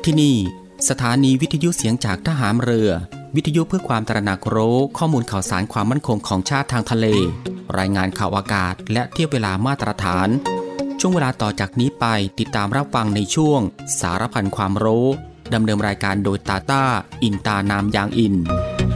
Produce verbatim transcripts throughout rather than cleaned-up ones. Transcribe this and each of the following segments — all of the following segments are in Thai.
ที่นี่สถานีวิทยุเสียงจากทหารเรือวิทยุเพื่อความตระหนักรู้ข้อมูลข่าวสารความมั่นคงของชาติทางทะเลรายงานข่าวอากาศและเทียบเวลามาตรฐานช่วงเวลาต่อจากนี้ไปติดตามรับฟังในช่วงสารพันความรู้ดำเนินรายการโดยตาต้าอินตานามยางอิน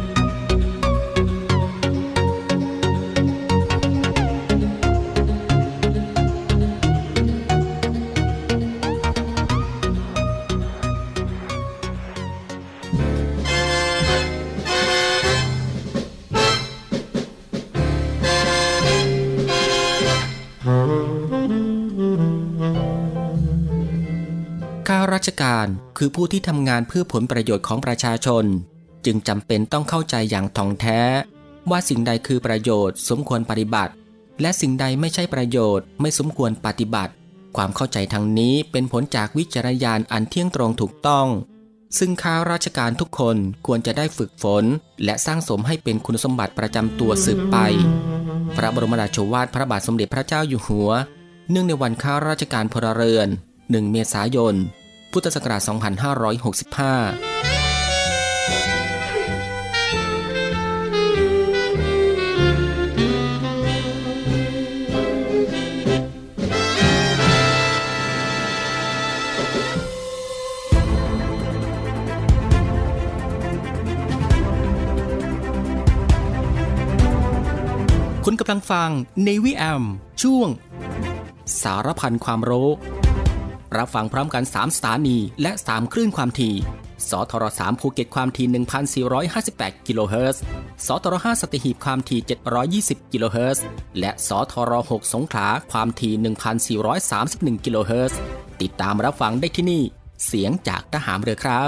ข้าราชการคือผู้ที่ทำงานเพื่อผลประโยชน์ของประชาชนจึงจำเป็นต้องเข้าใจอย่างถ่องแท้ว่าสิ่งใดคือประโยชน์สมควรปฏิบัติและสิ่งใดไม่ใช่ประโยชน์ไม่สมควรปฏิบัติความเข้าใจทางนี้เป็นผลจากวิจารณญาณอันเที่ยงตรงถูกต้องซึ่งข้าราชการทุกคนควรจะได้ฝึกฝนและสร้างสมให้เป็นคุณสมบัติประจำตัวสืบไปพระบรมราโชวาทพระบาทสมเด็จพระเจ้าอยู่หัวเนื่องในวันข้าราชการพลเรือนหนึ่งเมษายนพุทธศักราช สองพันห้าร้อยหกสิบห้า คุณกำลังฟัง Navy เอ เอ็ม ช่วงสารพันความรู้รับฟังพร้อมกันสามสถานีและสามคลื่นความถี่สทรสามภูเก็ตความถี่ หนึ่งพันสี่ร้อยห้าสิบแปด กิโลเฮิรตซ์สทรห้าสัตหีบความถี่เจ็ดร้อยยี่สิบกิโลเฮิรตซ์และสทรหกสงขลาความถี่ หนึ่งพันสี่ร้อยสามสิบเอ็ด กิโลเฮิรตซ์ติดตามรับฟังได้ที่นี่เสียงจากทหารเรือครับ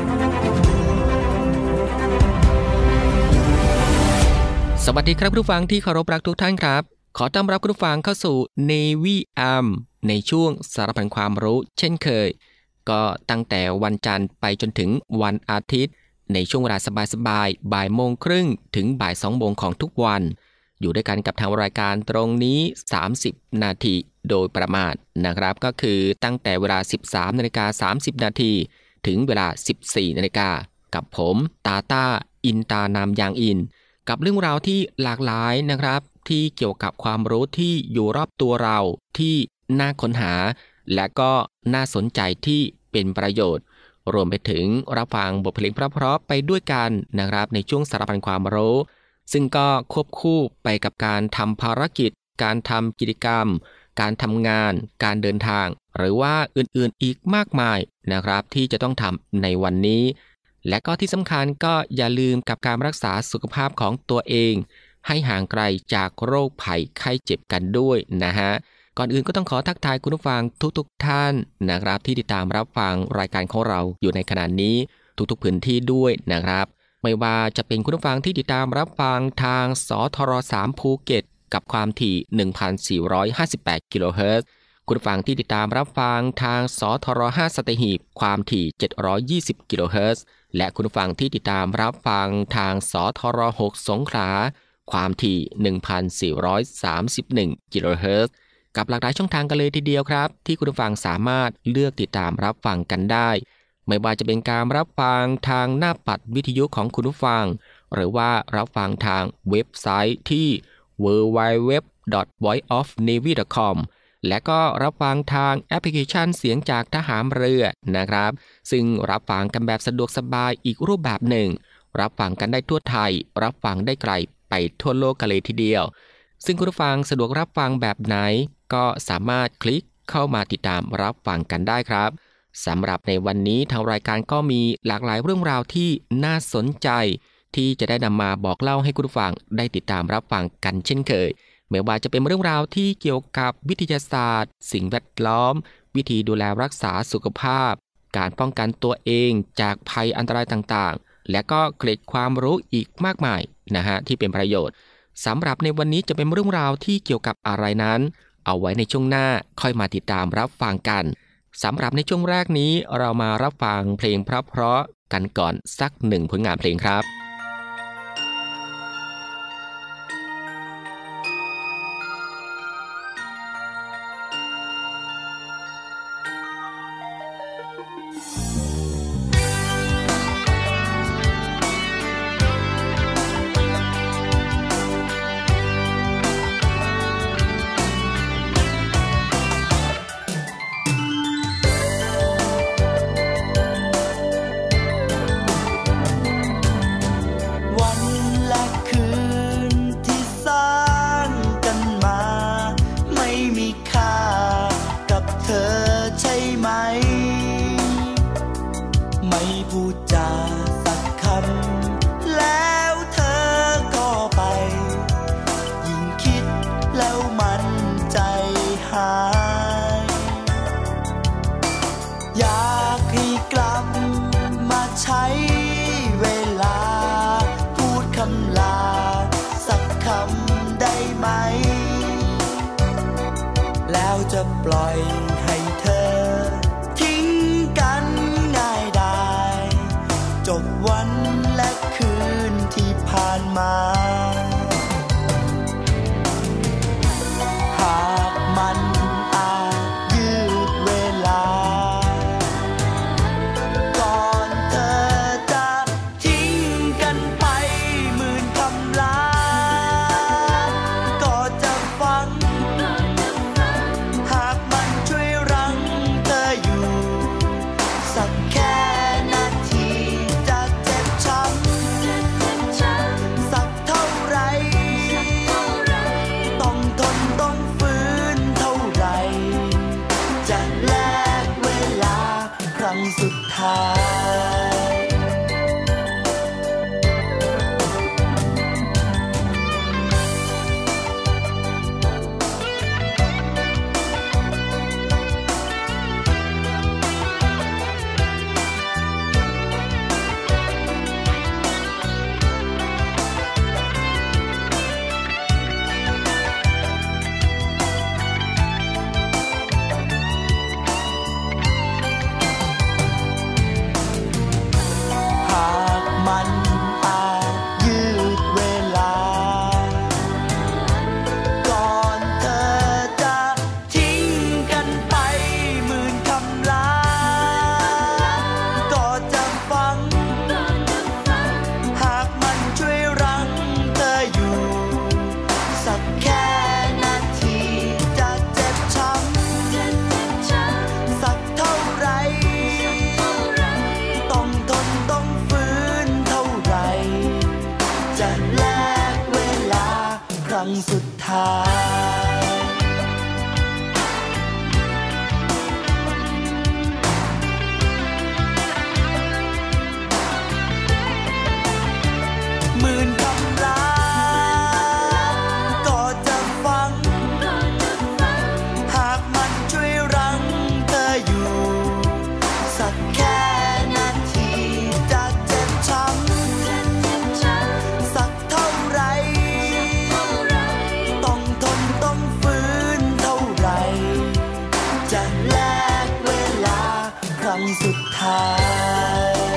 สวัสดีครับผู้ฟังที่เคารพรักทุกท่านครับขอต้อนรับผู้ฟังเข้าสู่ Navy เอ เอ็ม ในช่วงสารพันความรู้เช่นเคยก็ตั้งแต่วันจันทร์ไปจนถึงวันอาทิตย์ในช่วงเวลาสบายๆบ่ายโมงครึ่งถึงบ่ายสองโมงของทุกวันอยู่ด้วยกันกับทางรายการตรงนี้สามสิบนาทีโดยประมาณนะครับก็คือตั้งแต่เวลา สิบสามนาฬิกาสามสิบนาทีถึงเวลา สิบสี่นาฬิกากับผมตาต้าอินตานามยางอินกับเรื่องราวที่หลากหลายนะครับที่เกี่ยวกับความรู้ที่อยู่รอบตัวเราที่น่าค้นหาและก็น่าสนใจที่เป็นประโยชน์รวมไปถึงรับฟังบทเพลงเพราะๆไปด้วยกันนะครับในช่วงสารพันความรู้ซึ่งก็ควบคู่ไปกับการทำภารกิจการทำกิจกรรมการทำงานการเดินทางหรือว่าอื่นๆอีกมากมายนะครับที่จะต้องทำในวันนี้และก็ที่สำคัญก็อย่าลืมกับการรักษาสุขภาพของตัวเองให้ห่างไกลจากโรคภัยไข้เจ็บกันด้วยนะฮะก่อนอื่นก็ต้องขอทักทายคุณผู้ฟังทุกๆท่านนะครับที่ติดตามรับฟังรายการของเราอยู่ในขณะนี้ทุกๆพื้นที่ด้วยนะครับไม่ว่าจะเป็นคุณผู้ฟังที่ติดตามรับฟังทางสทรสามภูเก็ตกับความถี่ หนึ่งพันสี่ร้อยห้าสิบแปด กิโลเฮิรตซ์คุณผู้ฟังที่ติดตามรับฟังทางสทรห้าสัตหีบความถี่เจ็ดร้อยยี่สิบกิโลเฮิรตซ์และคุณผู้ฟังที่ติดตามรับฟังทางสทรหกสงขลาความถี่ หนึ่งพันสี่ร้อยสามสิบเอ็ด กิโลเฮิรตซ์กับหลากหลายช่องทางกันเลยทีเดียวครับที่คุณผู้ฟังสามารถเลือกติดตามรับฟังกันได้ไม่ว่าจะเป็นการรับฟังทางหน้าปัดวิทยุของคุณผู้ฟังหรือว่ารับฟังทางเว็บไซต์ที่ ดับเบิลยู ดับเบิลยู ดับเบิลยู ดอท วอยซ์ ออฟ เนวี่ ดอท คอม และก็รับฟังทางแอปพลิเคชันเสียงจากทหารเรือนะครับซึ่งรับฟังกันแบบสะดวกสบายอีกรูปแบบหนึ่งรับฟังกันได้ทั่วไทยรับฟังได้ไกลไปทั่วโลกกันเลยทีเดียวซึ่งคุณผู้ฟังสะดวกรับฟังแบบไหนก็สามารถคลิกเข้ามาติดตามรับฟังกันได้ครับสำหรับในวันนี้ทางรายการก็มีหลากหลายเรื่องราวที่น่าสนใจที่จะได้นำมาบอกเล่าให้คุณผู้ฟังได้ติดตามรับฟังกันเช่นเคยไม่ว่าจะเป็นเรื่องราวที่เกี่ยวกับวิทยาศาสตร์สิ่งแวดล้อมวิธีดูแลรักษาสุขภาพการป้องกันตัวเองจากภัยอันตรายต่างๆและก็เกร็ดความรู้อีกมากมายนะฮะที่เป็นประโยชน์สำหรับในวันนี้จะเป็นเรื่องราวที่เกี่ยวกับอะไรนั้นเอาไว้ในช่วงหน้าค่อยมาติดตามรับฟังกันสำหรับในช่วงแรกนี้เรามารับฟังเพลงเพราะๆกันก่อนสักหนึ่งผลงานเพลงครับเแล้วจะปล่อยให้เธอทิ้งกันง่ายได้จบวันและคืนที่ผ่านมาหากมันอาจยืดเวลาก่อนเธอจะทิ้งกันไปหมื่นคำลาก็จะฟังหากมันช่วยรั้งเธออยู่สักแค่นาทีจะเจ็บช้ำสักเท่าไรต้องทนต้องฝืนเท่าไรจะแลกเวลาครั้งสุดท้ายสุดท้ายหมื่นคำลาก็จะฟังหากมันช่วยรั้งเธออยู่สักแค่นาทีจะเจ็บช้ำสักเท่าไรสุดท้าย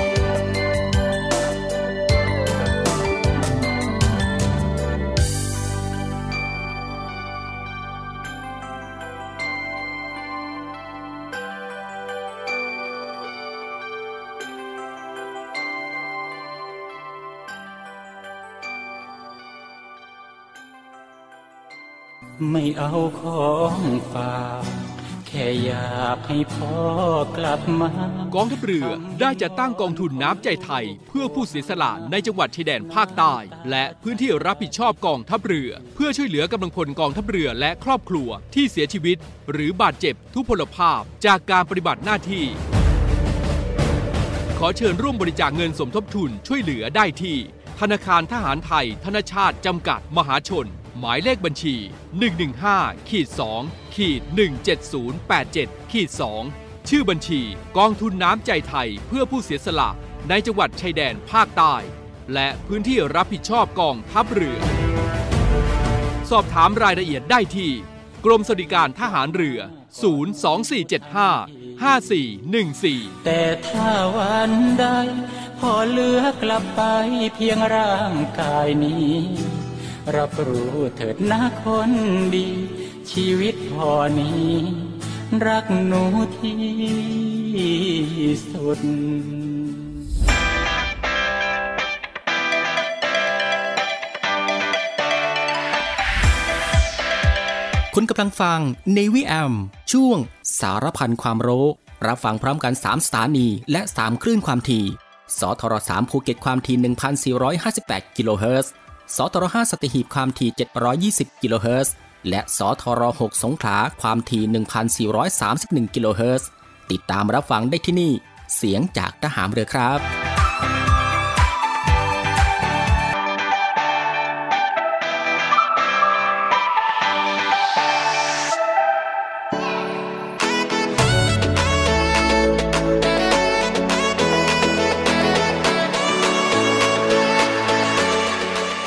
ไม่เอาของฝากแค่อยากให้พ่อกลับมากองทัพเรือได้จัดตั้งกองทุนน้ำใจไทยเพื่อผู้เสียสละในจังหวัดชายแดนภาคใต้และพื้นที่รับผิดชอบกองทัพเรือเพื่อช่วยเหลือกำลังพลกองทัพเรือและครอบครัวที่เสียชีวิตหรือบาดเจ็บทุพพลภาพจากการปฏิบัติหน้าที่ขอเชิญร่วมบริจาคเงินสมทบทุนช่วยเหลือได้ที่ธนาคารทหารไทยธนชาติจำกัดมหาชนหมายเลขบัญชี หนึ่ง หนึ่ง ห้า สอง หนึ่ง เจ็ด ศูนย์ แปด เจ็ด สอง ชื่อบัญชีกองทุนน้ำใจไทยเพื่อผู้เสียสละในจังหวัดชายแดนภาคใต้และพื้นที่รับผิดชอบกองทัพเรือสอบถามรายละเอียดได้ที่กรมสวัสดิการทหารเรือ ศูนย์ สอง สี่ เจ็ด ห้า ห้า สี่ หนึ่ง สี่แต่ถ้าวันใดพอเหลือกลับไปเพียงร่างกายนี้รับรู้เถิดนะคนดีชีวิตพอนี้รักหนูที่สุดคุณกำลังฟัง Navy เอ เอ็ม ช่วงสารพันความรู้รับฟังพร้อมกันสามสถานีและสามคลื่นความถี่สทรสามภูเก็ตความถี่ หนึ่งพันสี่ร้อยห้าสิบแปด กิโลเฮิรตซ์สทรห้าสัตหีบความถี่ เจ็ดร้อยยี่สิบ กิโลเฮิรตซ์และสทรหกสงขลาความถี่ หนึ่งพันสี่ร้อยสามสิบเอ็ด กิโลเฮิรตซ์ติดตามรับฟังได้ที่นี่เสียงจากทหารเรือครับ ผ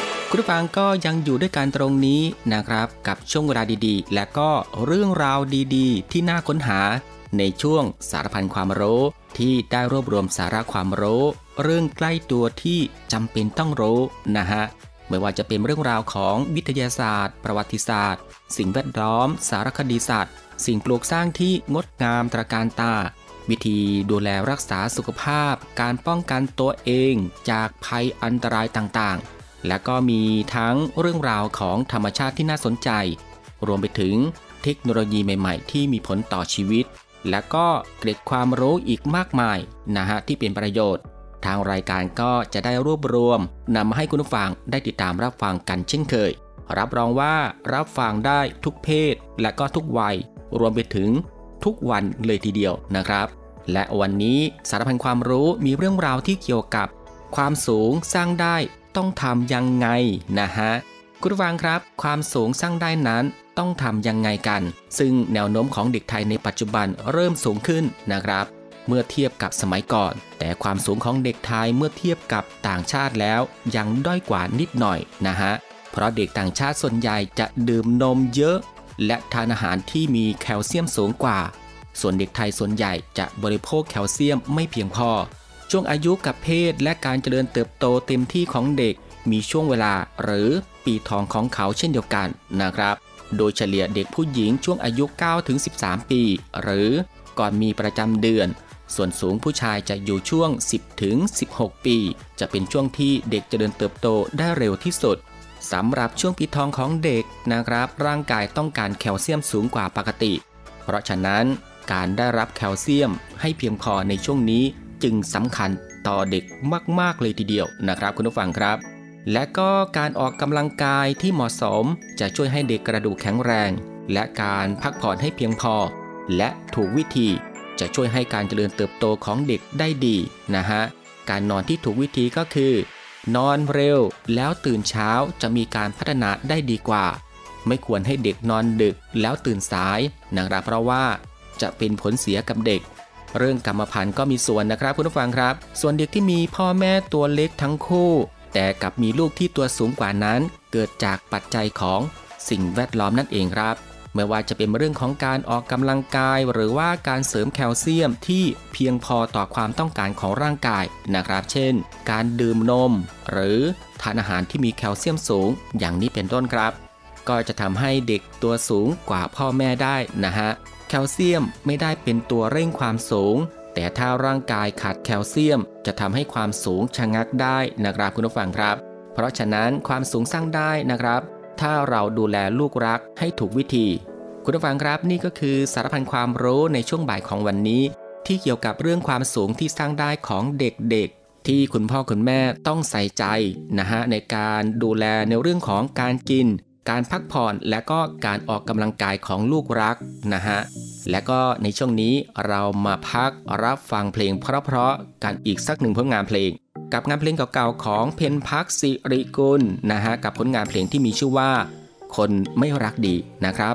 ผู้ฟังก็ยังอยู่ด้วยกันตรงนี้นะครับกับช่วงเวลาดีๆและก็เรื่องราวดีๆที่น่าค้นหาในช่วงสารพันความรู้ที่ได้รวบรวมสาระความรู้เรื่องใกล้ตัวที่จำเป็นต้องรู้นะฮะไม่ว่าจะเป็นเรื่องราวของวิทยาศาสตร์ประวัติศาสตร์สิ่งแวดล้อมสารคดีสัตว์สิ่งปลูกสร้างที่งดงามตระการตาวิธีดูแลรักษาสุขภาพการป้องกันตัวเองจากภัยอันตรายต่างๆและก็มีทั้งเรื่องราวของธรรมชาติที่น่าสนใจรวมไปถึงเทคโนโลยีใหม่ๆที่มีผลต่อชีวิตและก็เกร็ดความรู้อีกมากมายนะฮะที่เป็นประโยชน์ทางรายการก็จะได้รวบรวมนำมาให้คุณผู้ฟังได้ติดตามรับฟังกันเช่นเคยรับรองว่ารับฟังได้ทุกเพศและก็ทุกวัยรวมไปถึงทุกวันเลยทีเดียวนะครับและวันนี้สารพันความรู้มีเรื่องราวที่เกี่ยวกับความสูงสร้างได้ต้องทำยังไงนะฮะคุณผู้ฟังครับความสูงสร้างได้นั้นต้องทำยังไงกันซึ่งแนวโน้มของเด็กไทยในปัจจุบันเริ่มสูงขึ้นนะครับเมื่อเทียบกับสมัยก่อนแต่ความสูงของเด็กไทยเมื่อเทียบกับต่างชาติแล้วยังด้อยกว่านิดหน่อยนะฮะเพราะเด็กต่างชาติส่วนใหญ่จะดื่มนมเยอะและทานอาหารที่มีแคลเซียมสูงกว่าส่วนเด็กไทยส่วนใหญ่จะบริโภคแคลเซียมไม่เพียงพอช่วงอายุกับเพศและการเจริญเติบโตเต็มที่ของเด็กมีช่วงเวลาหรือปีทองของเขาเช่นเดียวกันนะครับโดยเฉลี่ยเด็กผู้หญิงช่วงอายุ เก้าถึงสิบสาม ปีหรือก่อนมีประจำเดือนส่วนสูงผู้ชายจะอยู่ช่วง สิบถึงสิบหก ปีจะเป็นช่วงที่เด็กเจริญเติบโตได้เร็วที่สุดสำหรับช่วงปีทองของเด็กนะครับร่างกายต้องการแคลเซียมสูงกว่าปกติเพราะฉะนั้นการได้รับแคลเซียมให้เพียงพอในช่วงนี้จึงสำคัญต่อเด็กมากๆเลยทีเดียวนะครับคุณผู้ฟังครับและก็การออกกำลังกายที่เหมาะสมจะช่วยให้เด็กกระดูกแข็งแรงและการพักผ่อนให้เพียงพอและถูกวิธีจะช่วยให้การเจริญเติบโตของเด็กได้ดีนะฮะการนอนที่ถูกวิธีก็คือนอนเร็วแล้วตื่นเช้าจะมีการพัฒนาได้ดีกว่าไม่ควรให้เด็กนอนดึกแล้วตื่นสายนะครับเพราะว่าจะเป็นผลเสียกับเด็กเรื่องกรรมพันธุ์ก็มีส่วนนะครับคุณผู้ฟังครับส่วนเด็กที่มีพ่อแม่ตัวเล็กทั้งคู่แต่กับมีลูกที่ตัวสูงกว่านั้นเกิดจากปัจจัยของสิ่งแวดล้อมนั่นเองครับไม่ว่าจะเป็นเรื่องของการออกกำลังกายหรือว่าการเสริมแคลเซียมที่เพียงพอต่อความต้องการของร่างกายนะครับเช่นการดื่มนมหรือทานอาหารที่มีแคลเซียมสูงอย่างนี้เป็นต้นครับก็จะทำให้เด็กตัวสูงกว่าพ่อแม่ได้นะฮะแคลเซียมไม่ได้เป็นตัวเร่งความสูงแต่ถ้าร่างกายขาดแคลเซียมจะทำให้ความสูงชะงักได้นะครับคุณผู้ฟังครับเพราะฉะนั้นความสูงสร้างได้นะครับถ้าเราดูแลลูกรักให้ถูกวิธีคุณผู้ฟังครับนี่ก็คือสารพันความรู้ในช่วงบ่ายของวันนี้ที่เกี่ยวกับเรื่องความสูงที่สร้างได้ของเด็กๆที่คุณพ่อคุณแม่ต้องใส่ใจนะฮะในการดูแลในเรื่องของการกินการพักผ่อนและก็การออกกำลังกายของลูกรักนะฮะและก็ในช่วงนี้เรามาพักรับฟังเพลงเพราะๆกันอีกสักหนึ่งผลงานเพลงกับงานเพลงเก่าๆของเพ็ญพักศิริกุลนะฮะกับผลงานเพลงที่มีชื่อว่าคนไม่รักดีนะครับ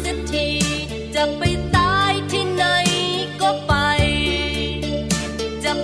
จะไปตายที่ไหนก็ไป จะ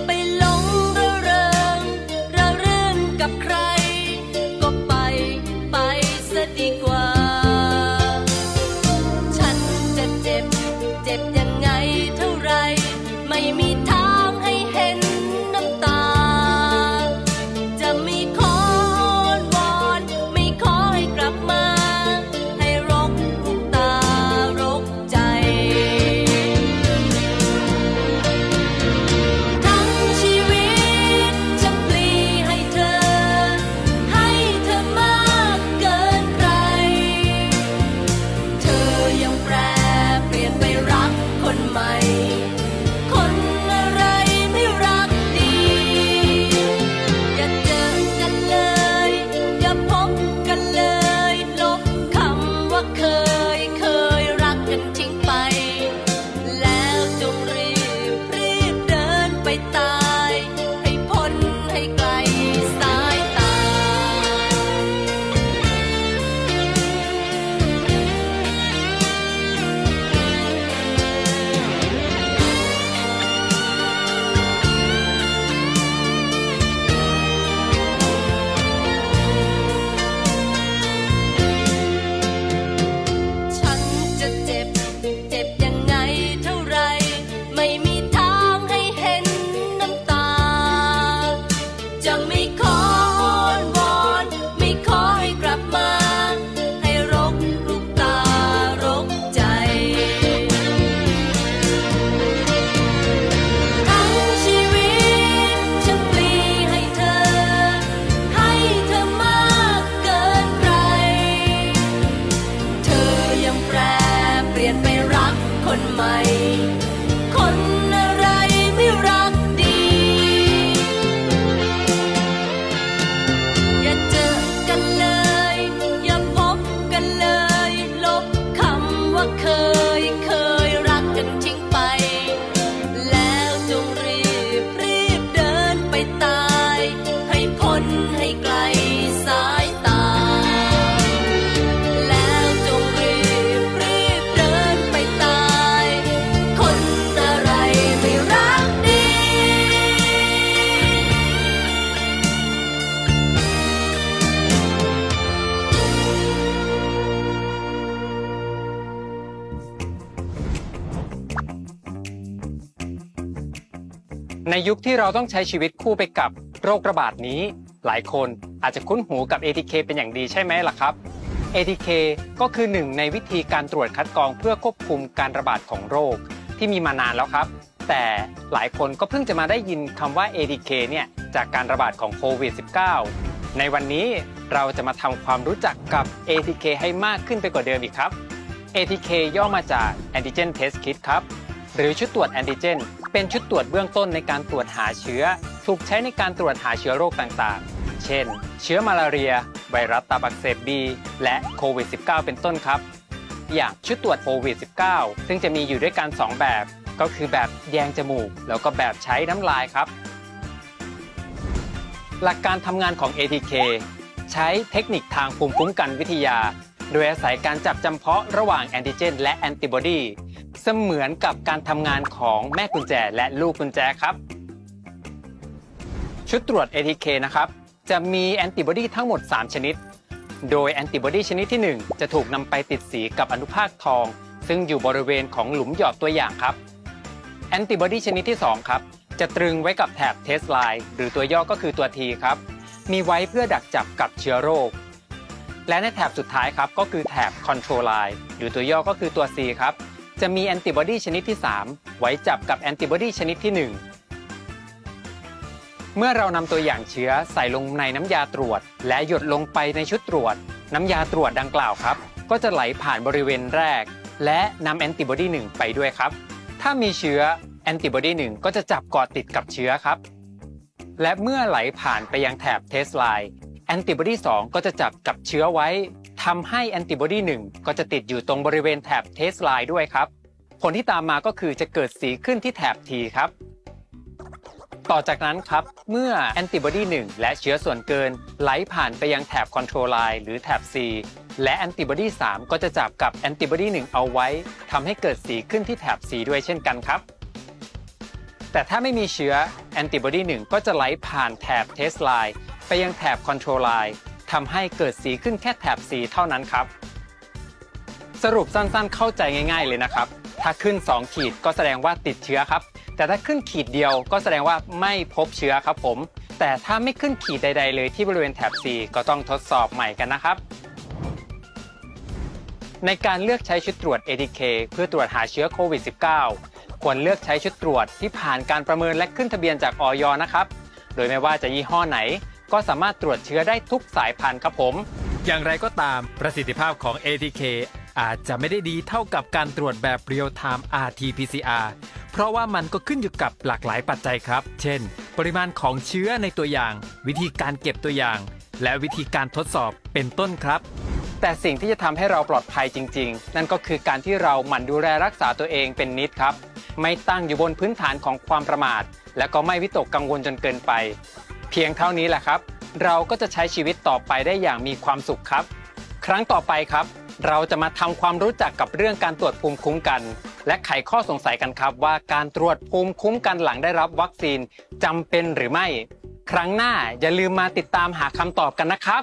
ในยุคที่เราต้องใช้ชีวิตคู่ไปกับโรคระบาดนี้หลายคนอาจจะคุ้นหูกับ เอ ที เค เป็นอย่างดีใช่ไหมล่ะครับ เอ ที เค ก็คือหนึ่งในวิธีการตรวจคัดกรองเพื่อควบคุมการระบาดของโรคที่มีมานานแล้วครับแต่หลายคนก็เพิ่งจะมาได้ยินคำว่า เอ ที เค เนี่ยจากการระบาดของโควิด สิบเก้า ในวันนี้เราจะมาทำความรู้จักกับ เอ ที เค ให้มากขึ้นไปกว่าเดิมอีกครับ เอ ที เค ย่อมาจาก Antigen Test Kit ครับหรือชุดตรวจแอนติเจนเป็นชุดตรวจเบื้องต้นในการตรวจหาเชื้อถูกใช้ในการตรวจหาเชื้อโรคต่างๆเช่นเชื้อมาลาเรียไวรัสตับอักเสบ บี และโควิด สิบเก้า เป็นต้นครับอย่างชุดตรวจโควิด สิบเก้า ซึ่งจะมีอยู่ด้วยกันสองแบบก็คือแบบแยงจมูกแล้วก็แบบใช้น้ำลายครับหลักการทำงานของ เอ ที เค ใช้เทคนิคทางภูมิคุ้มกันวิทยาโดยอาศัยการจับจำเพาะระหว่างแอนติเจนและแอนติบอดีเสมือนกับการทำงานของแม่กุญแจและลูกกุญแจครับชุดตรวจ เอ ที เค นะครับจะมีแอนติบอดีทั้งหมดสามชนิดโดยแอนติบอดีชนิดที่หนึ่งจะถูกนำไปติดสีกับอนุภาคทองซึ่งอยู่บริเวณของหลุมหยอดตัวอย่างครับแอนติบอดีชนิดที่สองครับจะตรึงไว้กับแถบเทสไลน์หรือตัวย่อก็คือตัว T ครับมีไว้เพื่อดักจับกับเชื้อโรคและในแถบสุดท้ายครับก็คือแถบ Control Line หรือตัวย่อก็คือตัว C ครับจะมีแอนติบอดีชนิดที่สามไว้จับกับแอนติบอดีชนิดที่หนึ่งเมื่อเรานำตัวอย่างเชื้อใส่ลงในน้ำยาตรวจและหยดลงไปในชุดตรวจน้ำยาตรวจดังกล่าวครับก็จะไหลผ่านบริเวณแรกและนำแอนติบอดีหนึ่งไปด้วยครับถ้ามีเชื้อแอนติบอดีหนึ่งก็จะจับเกาะติดกับเชื้อครับและเมื่อไหลผ่านไปยังแถบเทสไลน์แอนติบอดีสองก็จะจับกับเชื้อไว้ทำให้แอนติบอดีหนึ่งก็จะติดอยู่ตรงบริเวณแถบเทสไลน์ด้วยครับผลที่ตามมาก็คือจะเกิดสีขึ้นที่แถบ T ครับต่อจากนั้นครับเมื่อแอนติบอดีหนึ่งและเชื้อส่วนเกินไหลผ่านไปยังแถบ Control Line หรือแถบ C และแอนติบอดีสามก็จะจับกับแอนติบอดีหนึ่งเอาไว้ทำให้เกิดสีขึ้นที่แถบ C ด้วยเช่นกันครับแต่ถ้าไม่มีเชื้อแอนติบอดีหนึ่งก็จะไหลผ่านแถบ Test Line ไปยังแถบ Control Line ทำให้เกิดสีขึ้นแค่แถบ C เท่านั้นครับสรุปสั้นๆเข้าใจง่ายๆเลยนะครับถ้าขึ้นสองขีดก็แสดงว่าติดเชื้อครับแต่ถ้าขึ้นขีดเดียวก็แสดงว่าไม่พบเชื้อครับผมแต่ถ้าไม่ขึ้นขีดใดๆเลยที่บริเวณแถบ C ก็ต้องทดสอบใหม่กันนะครับในการเลือกใช้ชุดตรวจ เอ ที เค เพื่อตรวจหาเชื้อโควิด สิบเก้า ควรเลือกใช้ชุดตรวจที่ผ่านการประเมินและขึ้นทะเบียนจากอย.นะครับโดยไม่ว่าจะยี่ห้อไหนก็สามารถตรวจเชื้อได้ทุกสายพันธุ์ครับผมอย่างไรก็ตามประสิทธิภาพของ เอ ที เค อาจจะไม่ได้ดีเท่ากับการตรวจแบบ Real Time อาร์ ที พี ซี อาร์ เพราะว่ามันก็ขึ้นอยู่กับหลากหลายปัจจัยครับเช่นปริมาณของเชื้อในตัวอย่างวิธีการเก็บตัวอย่างและวิธีการทดสอบเป็นต้นครับแต่สิ่งที่จะทำให้เราปลอดภัยจริงๆนั่นก็คือการที่เราหมั่นดูแลรักษาตัวเองเป็นนิดครับไม่ตั้งอยู่บนพื้นฐานของความประมาทและก็ไม่วิตกกังวลจนเกินไปเพียงเท่านี้แหละครับเราก็จะใช้ชีวิตต่อไปได้อย่างมีความสุขครับครั้งต่อไปครับเราจะมาทำความรู้จักกับเรื่องการตรวจภูมิคุ้มกันและไขข้อสงสัยกันครับว่าการตรวจภูมิคุ้มกันหลังได้รับวัคซีนจำเป็นหรือไม่ครั้งหน้าอย่าลืมมาติดตามหาคำตอบกันนะครับ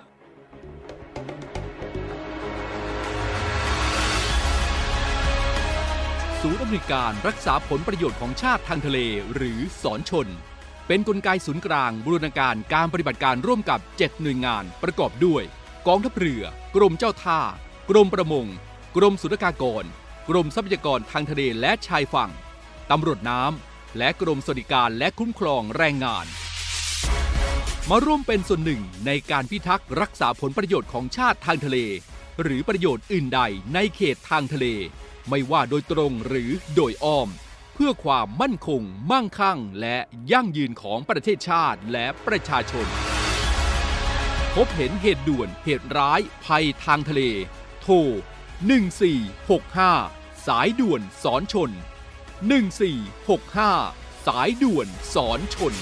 ศูนย์อำนวยการรักษาผลประโยชน์ของชาติทางทะเลหรือศรชนเป็นกลไกศูนย์กลางบูรณาการการปฏิบัติการร่วมกับเจ็ดหน่วยงานประกอบด้วยกองทัพเรือกรมเจ้าท่ากรมประมงกรมศุลกากรกรมทรัพยากรทางทะเลและชายฝั่งตำรวจน้ำและกรมสวัสดิการและคุ้มครองแรงงานมาร่วมเป็นส่วนหนึ่งในการพิทักษ์รักษาผลประโยชน์ของชาติทางทะเลหรือประโยชน์อื่นใดในเขตทางทะเลไม่ว่าโดยตรงหรือโดยอ้อมเพื่อความมั่นคงมั่งคั่งและยั่งยืนของประเทศชาติและประชาชนพบเห็นเหตุด่วนเหตุร้ายภัยทางทะเลโทรหนึ่งสี่หกห้าสายด่วนสอนชนหนึ่งสี่หกห้าสายด่วนสอนชน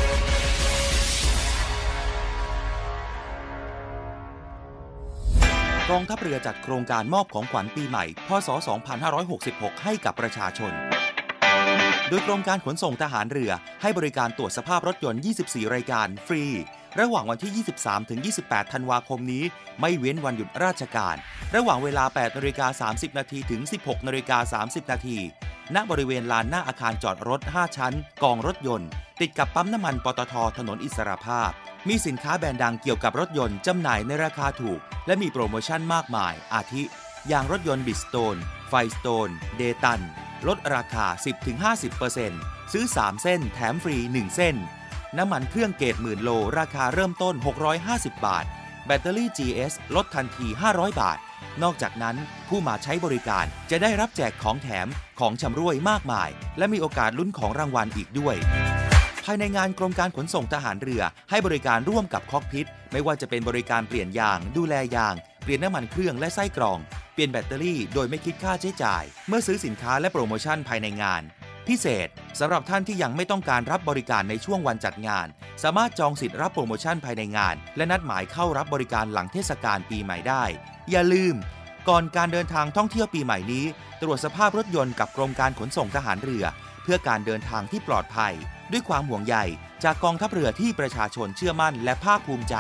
กองทัพเรือจัดโครงการมอบของขวัญปีใหม่พ.ศ. สองพันห้าร้อยหกสิบหกให้กับประชาชนโดยกรมการขนส่งทหารเรือให้บริการตรวจสภาพรถยนต์ยี่สิบสี่รายการฟรีระหว่างวันที่ยี่สิบสามถึงยี่สิบแปดธันวาคมนี้ไม่เว้นวันหยุดราชการระหว่างเวลา แปดนาฬิกาสามสิบนาทีถึง สิบหกนาฬิกาสามสิบนาทีณบริเวณลานหน้าอาคารจอดรถห้าชั้นกองรถยนต์ติดกับปั๊มน้ำมันปตท.ถนนอิสรภาพมีสินค้าแบรนด์ดังเกี่ยวกับรถยนต์จำหน่ายในราคาถูกและมีโปรโมชั่นมากมายอาทิยางรถยนต์บิสโตนไฟสโตนเดตันลดราคา สิบถึงห้าสิบเปอร์เซ็นต์ ซื้อสามเส้นแถมฟรีหนึ่งเส้นน้ำมันเครื่องเกรดหมื่นโลราคาเริ่มต้นหกร้อยห้าสิบบาทแบตเตอรี่ จี เอส ลดทันทีห้าร้อยบาทนอกจากนั้นผู้มาใช้บริการจะได้รับแจกของแถมของชำร่วยมากมายและมีโอกาสลุ้นของรางวัลอีกด้วยภายในงานกรมการขนส่งทหารเรือให้บริการร่วมกับคอกพิทไม่ว่าจะเป็นบริการเปลี่ยนยางดูแลยางเปลี่ยนน้ำมันเครื่องและไส้กรองเปลี่ยนแบตเตอรี่โดยไม่คิดค่าใช้จ่ายเมื่อซื้อสินค้าและโปรโมชั่นภายในงานพิเศษสำหรับท่านที่ยังไม่ต้องการรับบริการในช่วงวันจัดงานสามารถจองสิทธิ์รับโปรโมชั่นภายในงานและนัดหมายเข้ารับบริการหลังเทศกาลปีใหม่ได้อย่าลืมก่อนการเดินทางท่องเที่ยวปีใหม่นี้ตรวจสภาพรถยนต์กับกรมการขนส่งทหารเรือเพื่อการเดินทางที่ปลอดภัยด้วยความห่วงใยจากกองทัพเรือที่ประชาชนเชื่อมั่นและภาคภูมิใจ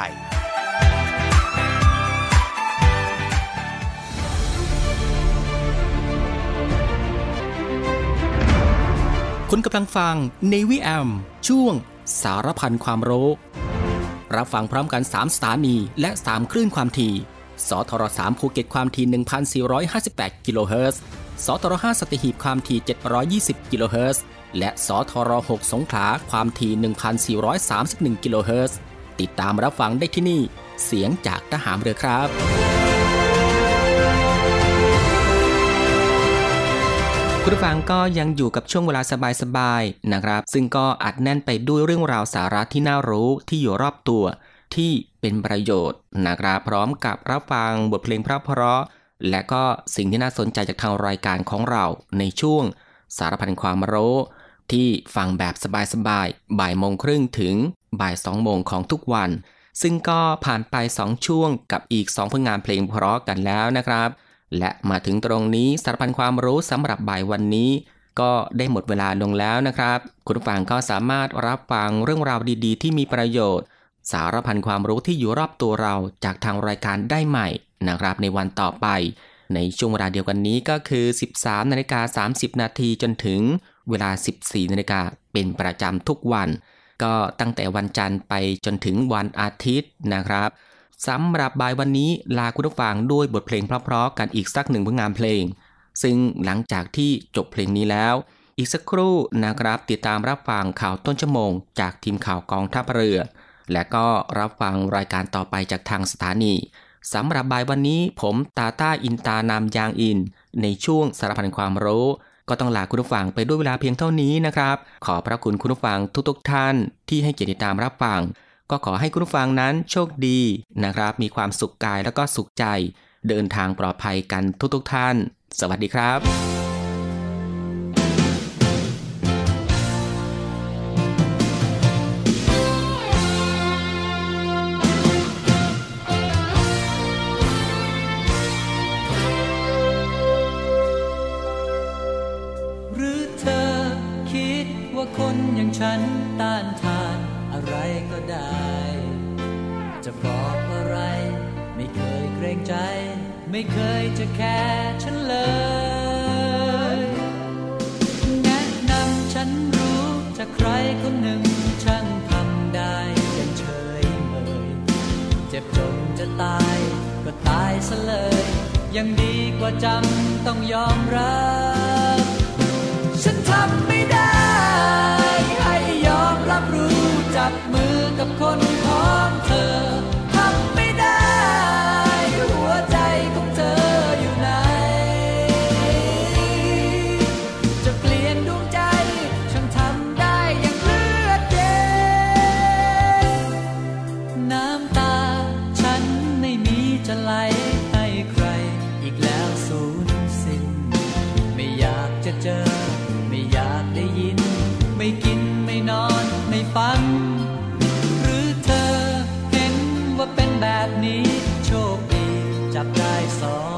คุณกำลังฟัง Navy เอ เอ็ม ช่วงสารพันความรู้รับฟังพร้อมกันสามสถานีและสามคลื่นความถี่สทรสามภูเก็ตความถี่ หนึ่งพันสี่ร้อยห้าสิบแปด กิโลเฮิรตซ์สทรห้าสัตหีบความถี่เจ็ดร้อยยี่สิบกิโลเฮิรตซ์และสทรหกสงขลาความถี่ หนึ่งพันสี่ร้อยสามสิบเอ็ด กิโลเฮิรตซ์ติดตามรับฟังได้ที่นี่เสียงจากทหารเรือครับคุณผู้ฟังก็ยังอยู่กับช่วงเวลาสบายๆนะครับซึ่งก็อัดแน่นไปด้วยเรื่องราวสาระที่น่ารู้ที่อยู่รอบตัวที่เป็นประโยชน์นะครับพร้อมกับรับฟังบทเพลงเพราะๆและก็สิ่งที่น่าสนใจจากทางรายการของเราในช่วงสารพันความรู้ที่ฟังแบบสบายๆบ่ายโมงครึ่งถึงบ่ายสองโมงของทุกวันซึ่งก็ผ่านไปสองช่วงกับอีกสองผลงานเพลงเพราะกันแล้วนะครับและมาถึงตรงนี้สารพันความรู้สำหรับบ่ายวันนี้ก็ได้หมดเวลาลงแล้วนะครับคุณผู้ฟังก็สามารถรับฟังเรื่องราวดีๆที่มีประโยชน์สารพันความรู้ที่อยู่รอบตัวเราจากทางรายการได้ใหม่นะครับในวันต่อไปในช่วงเวลาเดียวกันนี้ก็คือ สิบสามนาฬิกาสามสิบนาทีจนถึงเวลา สิบสี่นาฬิกาเป็นประจำทุกวันก็ตั้งแต่วันจันทร์ไปจนถึงวันอาทิตย์นะครับสำหรับบ่ายวันนี้ลาคุณผู้ฟังด้วยบทเพลงเพราะๆกันอีกสักหนึ่งผลงานเพลงซึ่งหลังจากที่จบเพลงนี้แล้วอีกสักครู่นะครับติดตามรับฟังข่าวต้นชั่วโมงจากทีมข่าวกองทัพเรือและก็รับฟังรายการต่อไปจากทางสถานีสำหรับบ่ายวันนี้ผมตาต้าอินตานามยางอินในช่วงสารพันความรู้ก็ต้องลาคุณผู้ฟังไปด้วยเวลาเพียงเท่านี้นะครับขอพระคุณคุณผู้ฟังทุกๆท่านที่ให้เกียรติติดตามรับฟังก็ขอให้คุณผู้ฟังนั้นโชคดีนะครับมีความสุขกายแล้วก็สุขใจเดินทางปลอดภัยกันทุกๆท่านสวัสดีครับหรือเธอคิดว่าคนอย่างฉันต้านทานอะไรก็ได้จะบอกอะไรไม่เคยเกรงใจไม่เคยจะแคร์ฉันเลยแนะนำฉันรู้จากใครคนหนึ่งช่างทำได้ยังเฉยเมยเจ็บจนจะตายก็ตายซะเลยยังดีกว่าจำต้องยอมรับฉันทำไม่ได้ให้ยอมรับรู้จับมือกับคนของเธอทำไม่ได้หัวใจของเธออยู่ไหนจะเปลี่ยนดวงใจฉันทำได้อย่างเลือดเย็นน้ำตาฉันไม่มีจะไหลให้ใครอีกแล้วสูญสิ้นไม่อยากจะเจอไม่อยากได้ยินไม่กินไม่นอนไม่ฝันหรือเธอเห็นว่าเป็นแบบนี้โชคดีจับได้สอง